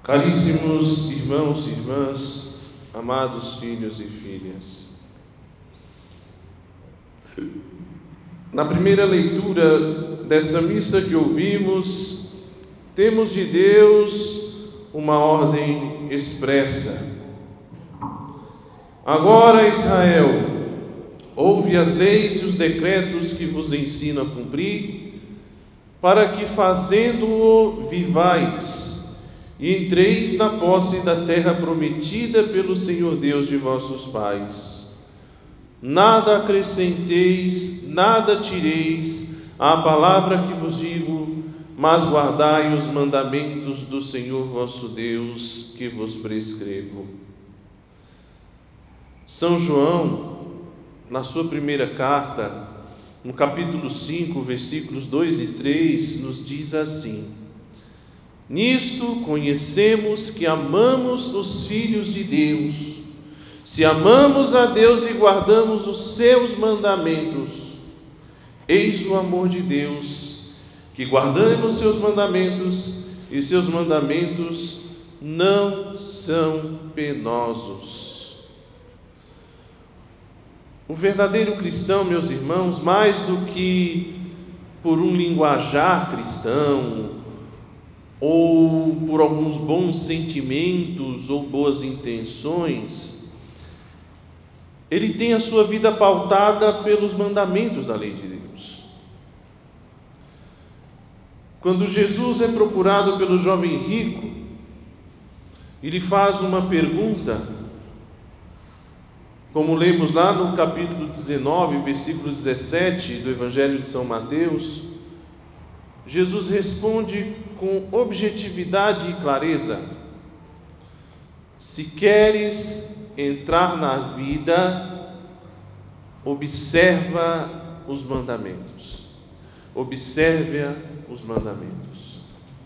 Caríssimos irmãos e irmãs, amados filhos e filhas, na primeira leitura dessa missa que ouvimos, temos de Deus uma ordem expressa. Agora, Israel, ouve as leis e os decretos que vos ensino a cumprir, para que fazendo-o vivais e entreis na posse da terra prometida pelo Senhor Deus de vossos pais. Nada acrescenteis, nada tireis à palavra que vos digo, mas guardai os mandamentos do Senhor vosso Deus, que vos prescrevo. São João, na sua primeira carta, no capítulo 5, versículos 2 e 3, nos diz assim: nisto conhecemos que amamos os filhos de Deus, se amamos a Deus e guardamos os seus mandamentos. Eis o amor de Deus, que guardamos seus mandamentos, e seus mandamentos não são penosos. O verdadeiro cristão, meus irmãos, mais do que por um linguajar cristão, ou por alguns bons sentimentos ou boas intenções, ele tem a sua vida pautada pelos mandamentos da lei de Deus. Quando Jesus é procurado pelo jovem rico, ele faz uma pergunta, como lemos lá no capítulo 19, versículo 17 do Evangelho de São Mateus. Jesus responde com objetividade e clareza: se queres entrar na vida, observa os mandamentos. Observe os mandamentos.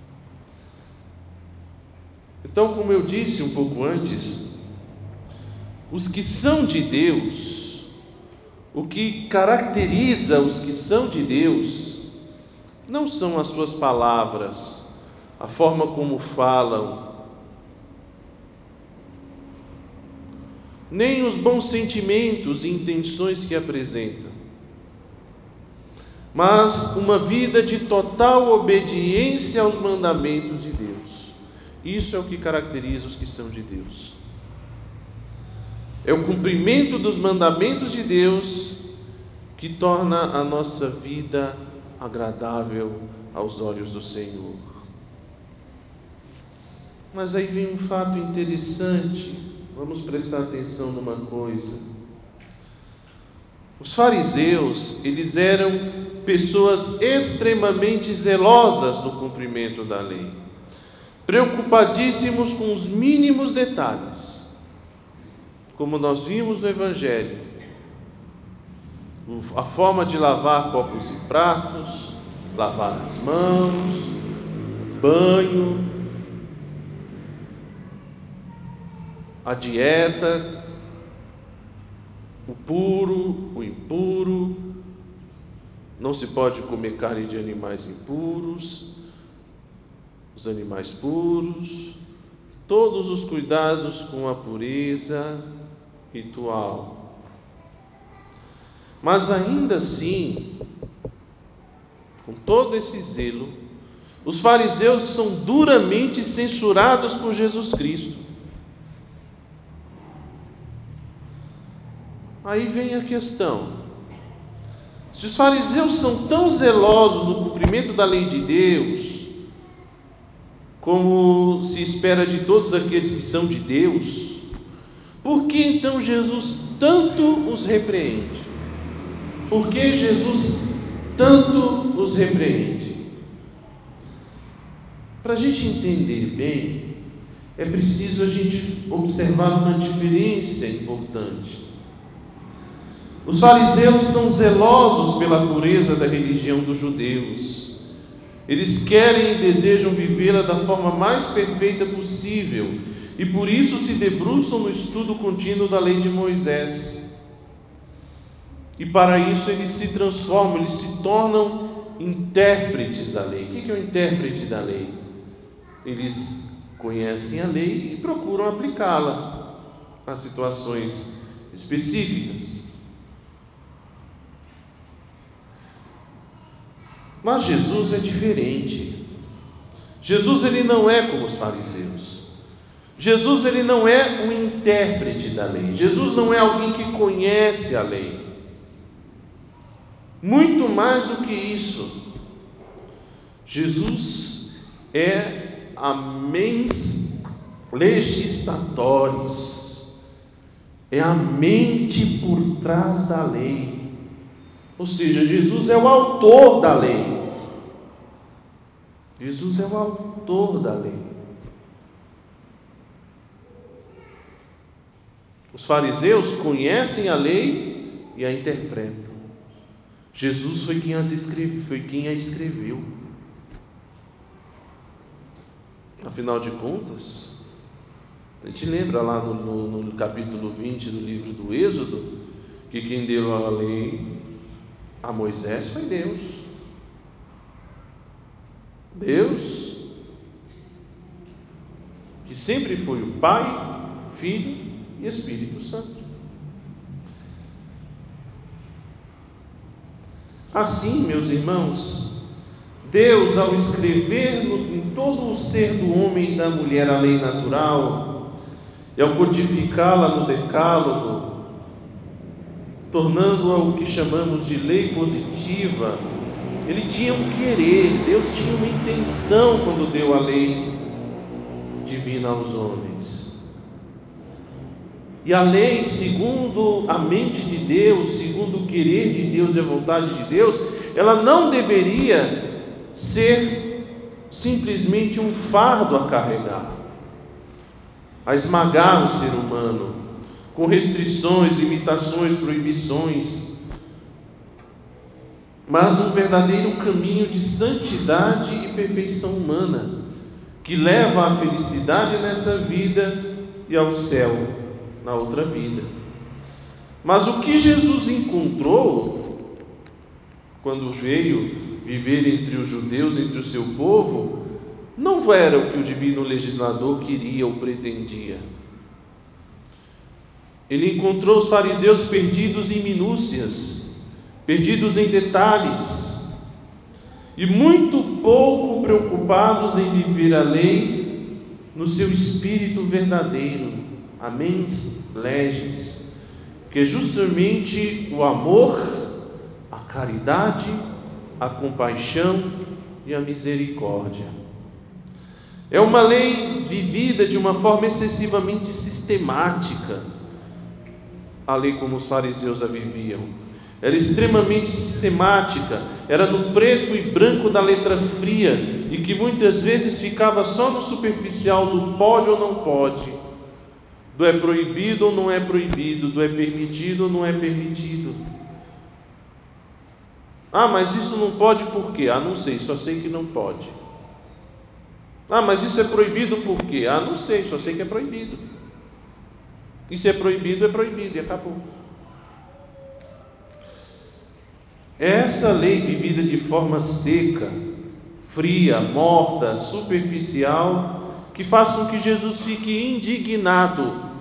Então, como eu disse um pouco antes, os que são de Deus, o que caracteriza os que são de Deus, não são as suas palavras, a forma como falam, nem os bons sentimentos e intenções que apresentam, mas uma vida de total obediência aos mandamentos de Deus. Isso é o que caracteriza os que são de Deus. É o cumprimento dos mandamentos de Deus que torna a nossa vida agradável aos olhos do Senhor. Mas aí vem um fato interessante. Vamos prestar atenção numa coisa. Os fariseus, eles eram pessoas extremamente zelosas no cumprimento da lei, preocupadíssimos com os mínimos detalhes, como nós vimos no Evangelho, a forma de lavar copos e pratos, lavar as mãos, banho, a dieta, o puro, o impuro, não se pode comer carne de animais impuros, os animais puros, todos os cuidados com a pureza ritual. Mas ainda assim, com todo esse zelo, os fariseus são duramente censurados por Jesus Cristo. Aí vem a questão: se os fariseus são tão zelosos no cumprimento da lei de Deus, como se espera de todos aqueles que são de Deus, por que então Jesus tanto os repreende? Por que Jesus tanto os repreende? Para a gente entender bem, é preciso a gente observar uma diferença importante. Os fariseus são zelosos pela pureza da religião dos judeus. Eles querem e desejam vivê-la da forma mais perfeita possível, e por isso se debruçam no estudo contínuo da lei de Moisés. E para isso eles se transformam, eles se tornam intérpretes da lei. O que é o intérprete da lei? Eles conhecem a lei e procuram aplicá-la a situações específicas. Mas Jesus é diferente. Jesus ele não é como os fariseus. Jesus ele não é um intérprete da lei. Jesus não é alguém que conhece a lei. Muito mais do que isso, Jesus é a mens legislatoris, é a mente por trás da lei. Ou seja, Jesus é o autor da lei. Jesus é o autor da lei. Os fariseus conhecem a lei e a interpretam. Jesus foi quem a escreveu. Afinal de contas, a gente lembra lá no capítulo 20 do livro do Êxodo, que quem deu a lei a Moisés foi Deus. Deus, que sempre foi o Pai, Filho e Espírito Santo. Assim, meus irmãos, Deus, ao escrever em todo o ser do homem e da mulher a lei natural, e ao codificá-la no Decálogo, tornando-a o que chamamos de lei positiva, Ele tinha um querer, Deus tinha uma intenção quando deu a lei divina aos homens. E a lei, segundo a mente de Deus, segundo o querer de Deus e a vontade de Deus, ela não deveria ser simplesmente um fardo a carregar, a esmagar o ser humano, com restrições, limitações, proibições, mas um verdadeiro caminho de santidade e perfeição humana, que leva à felicidade nessa vida e ao céu na outra vida. Mas o que Jesus encontrou quando veio viver entre os judeus, entre o seu povo, não era o que o divino legislador queria ou pretendia. Ele encontrou os fariseus perdidos em minúcias, perdidos em detalhes, e muito pouco preocupados em viver a lei no seu espírito verdadeiro, a mens legis, que é justamente o amor, a caridade, a compaixão e a misericórdia. É uma lei vivida de uma forma excessivamente sistemática, a lei como os fariseus a viviam. Era extremamente sistemática, era no preto e branco da letra fria, e que muitas vezes ficava só no superficial do pode ou não pode, do é proibido ou não é proibido, do é permitido ou não é permitido. Ah, mas isso não pode por quê? Ah, não sei, só sei que não pode. Ah, mas isso é proibido por quê? Ah, não sei, só sei que é proibido. E se é proibido e acabou. Essa lei vivida de forma seca, fria, morta, superficial, que faz com que Jesus fique indignado.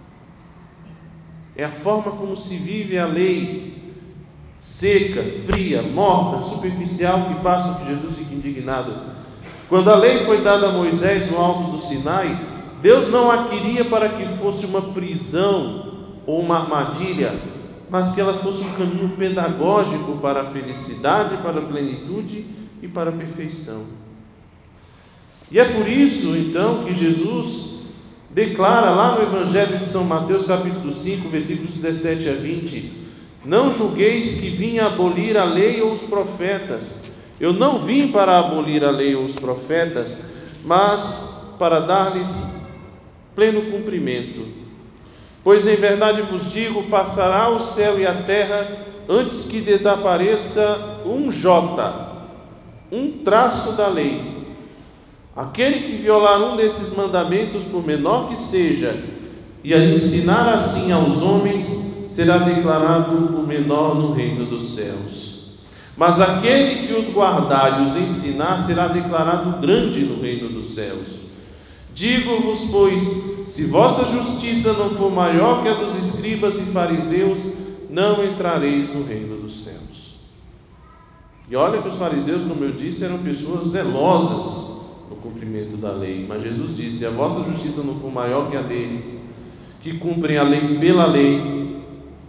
É a forma como se vive a lei, seca, fria, morta, superficial, que faz com que Jesus fique indignado. Quando a lei foi dada a Moisés no alto do Sinai, Deus não a queria para que fosse uma prisão ou uma armadilha, mas que ela fosse um caminho pedagógico para a felicidade, para a plenitude e para a perfeição. E é por isso, então, que Jesus declara lá no Evangelho de São Mateus, capítulo 5, versículos 17 a 20: não julgueis que vim abolir a lei ou os profetas. Eu não vim para abolir a lei ou os profetas, mas para dar-lhes pleno cumprimento. Pois em verdade vos digo, passará o céu e a terra antes que desapareça um jota, um traço da lei. Aquele que violar um desses mandamentos, por menor que seja, e a ensinar assim aos homens, será declarado o menor no reino dos céus. Mas aquele que os guardar e os ensinar, será declarado grande no reino dos céus. Digo-vos, pois, se vossa justiça não for maior que a dos escribas e fariseus, não entrareis no reino dos céus. E olha que os fariseus, como eu disse, eram pessoas zelosas no cumprimento da lei. Mas Jesus disse: se a vossa justiça não for maior que a deles, que cumprem a lei pela lei,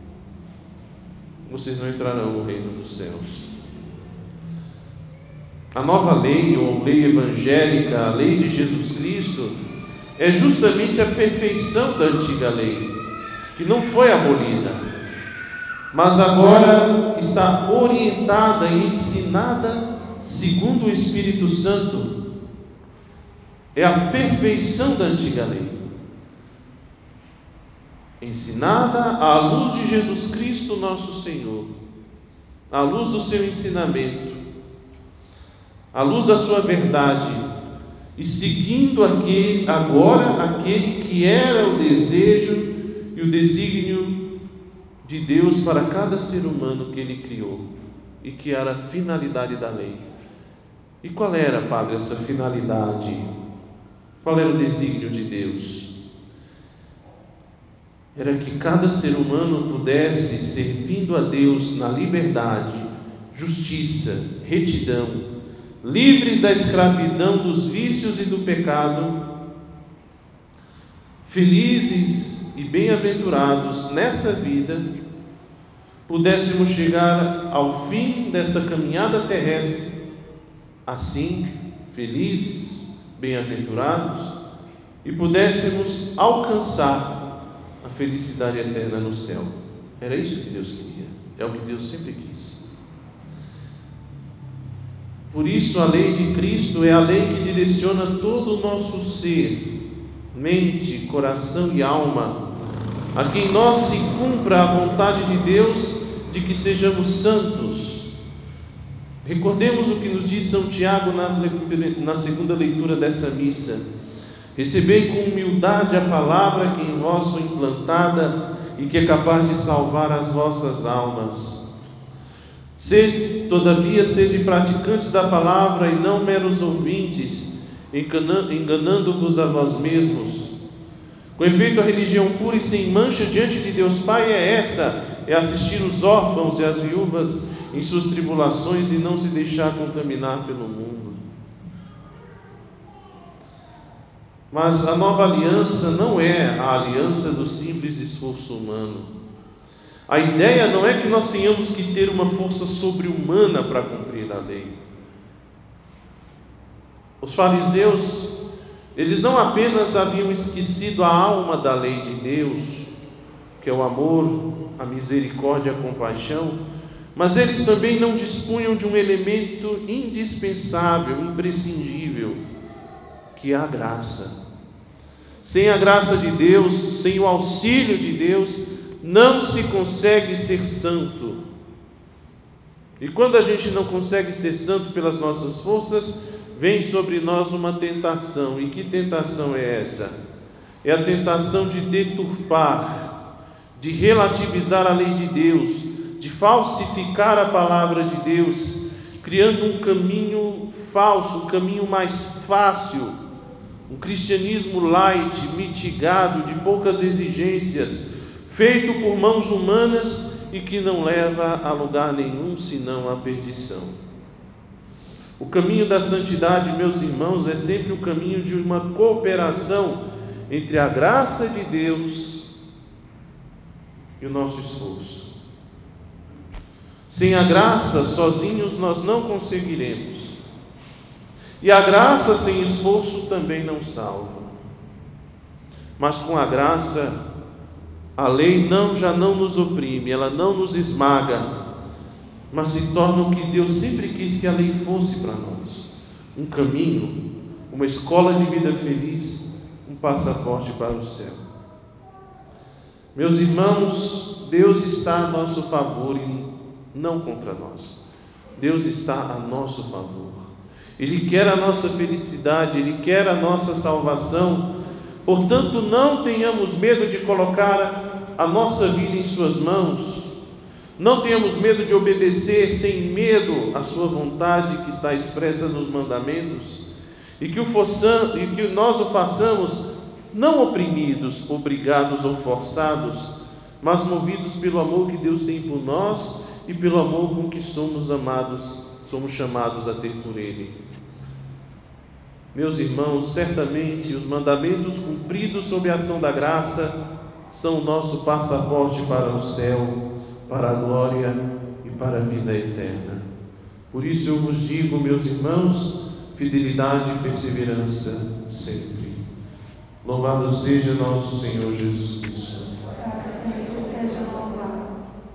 vocês não entrarão no reino dos céus. A nova lei, ou lei evangélica, a lei de Jesus Cristo, é justamente a perfeição da antiga lei, que não foi abolida, mas agora está orientada e ensinada segundo o Espírito Santo. É a perfeição da antiga lei, ensinada à luz de Jesus Cristo nosso Senhor, à luz do seu ensinamento, à luz da sua verdade, e seguindo agora aquele que era o desejo e o desígnio de Deus para cada ser humano que Ele criou, e que era a finalidade da lei. E qual era, Padre, essa finalidade? Qual era o desígnio de Deus? Era que cada ser humano pudesse, servindo a Deus na liberdade, justiça, retidão, livres da escravidão dos vícios e do pecado, felizes e bem-aventurados nessa vida, pudéssemos chegar ao fim dessa caminhada terrestre, assim, felizes, bem-aventurados, e pudéssemos alcançar a felicidade eterna no céu. Era isso que Deus queria, é o que Deus sempre quis. Por isso a lei de Cristo é a lei que direciona todo o nosso ser, mente, coração e alma, a que em nós se cumpra a vontade de Deus de que sejamos santos. Recordemos o que nos diz São Tiago na segunda leitura dessa missa: recebei com humildade a palavra que em vós foi implantada e que é capaz de salvar as vossas almas. Todavia, sede praticantes da palavra e não meros ouvintes, enganando-vos a vós mesmos. Com efeito, a religião pura e sem mancha diante de Deus Pai é esta: é assistir os órfãos e as viúvas em suas tribulações e não se deixar contaminar pelo mundo. Mas a nova aliança não é a aliança do simples esforço humano. A ideia não é que nós tenhamos que ter uma força sobre-humana para cumprir a lei. Os fariseus, eles não apenas haviam esquecido a alma da lei de Deus, que é o amor, a misericórdia e a compaixão, mas eles também não dispunham de um elemento indispensável, imprescindível, que é a graça. Sem a graça de Deus, sem o auxílio de Deus, não se consegue ser santo. E quando a gente não consegue ser santo pelas nossas forças, vem sobre nós uma tentação. E que tentação é essa? É a tentação de deturpar, de relativizar a lei de Deus, de falsificar a palavra de Deus, criando um caminho falso, um caminho mais fácil, um cristianismo light, mitigado, de poucas exigências, feito por mãos humanas e que não leva a lugar nenhum senão a perdição. O caminho da santidade, meus irmãos, é sempre o caminho de uma cooperação entre a graça de Deus e o nosso esforço. Sem a graça, sozinhos nós não conseguiremos. E a graça sem esforço também não salva. Mas com a graça, a lei já não nos oprime, ela não nos esmaga, mas se torna o que Deus sempre quis que a lei fosse para nós: um caminho, uma escola de vida feliz, um passaporte para o céu. Meus irmãos, Deus está a nosso favor e não contra nós. Deus está a nosso favor. Ele quer a nossa felicidade, Ele quer a nossa salvação. Portanto, não tenhamos medo de colocar a nossa vida em suas mãos. Não tenhamos medo de obedecer sem medo à sua vontade que está expressa nos mandamentos. e que nós o façamos não oprimidos, obrigados ou forçados, mas movidos pelo amor que Deus tem por nós e pelo amor com que somos amados, somos chamados a ter por Ele. Meus irmãos, certamente os mandamentos cumpridos sob a ação da graça são o nosso passaporte para o céu, para a glória e para a vida eterna. Por isso eu vos digo, meus irmãos, fidelidade e perseverança sempre. Louvado seja nosso Senhor Jesus Cristo.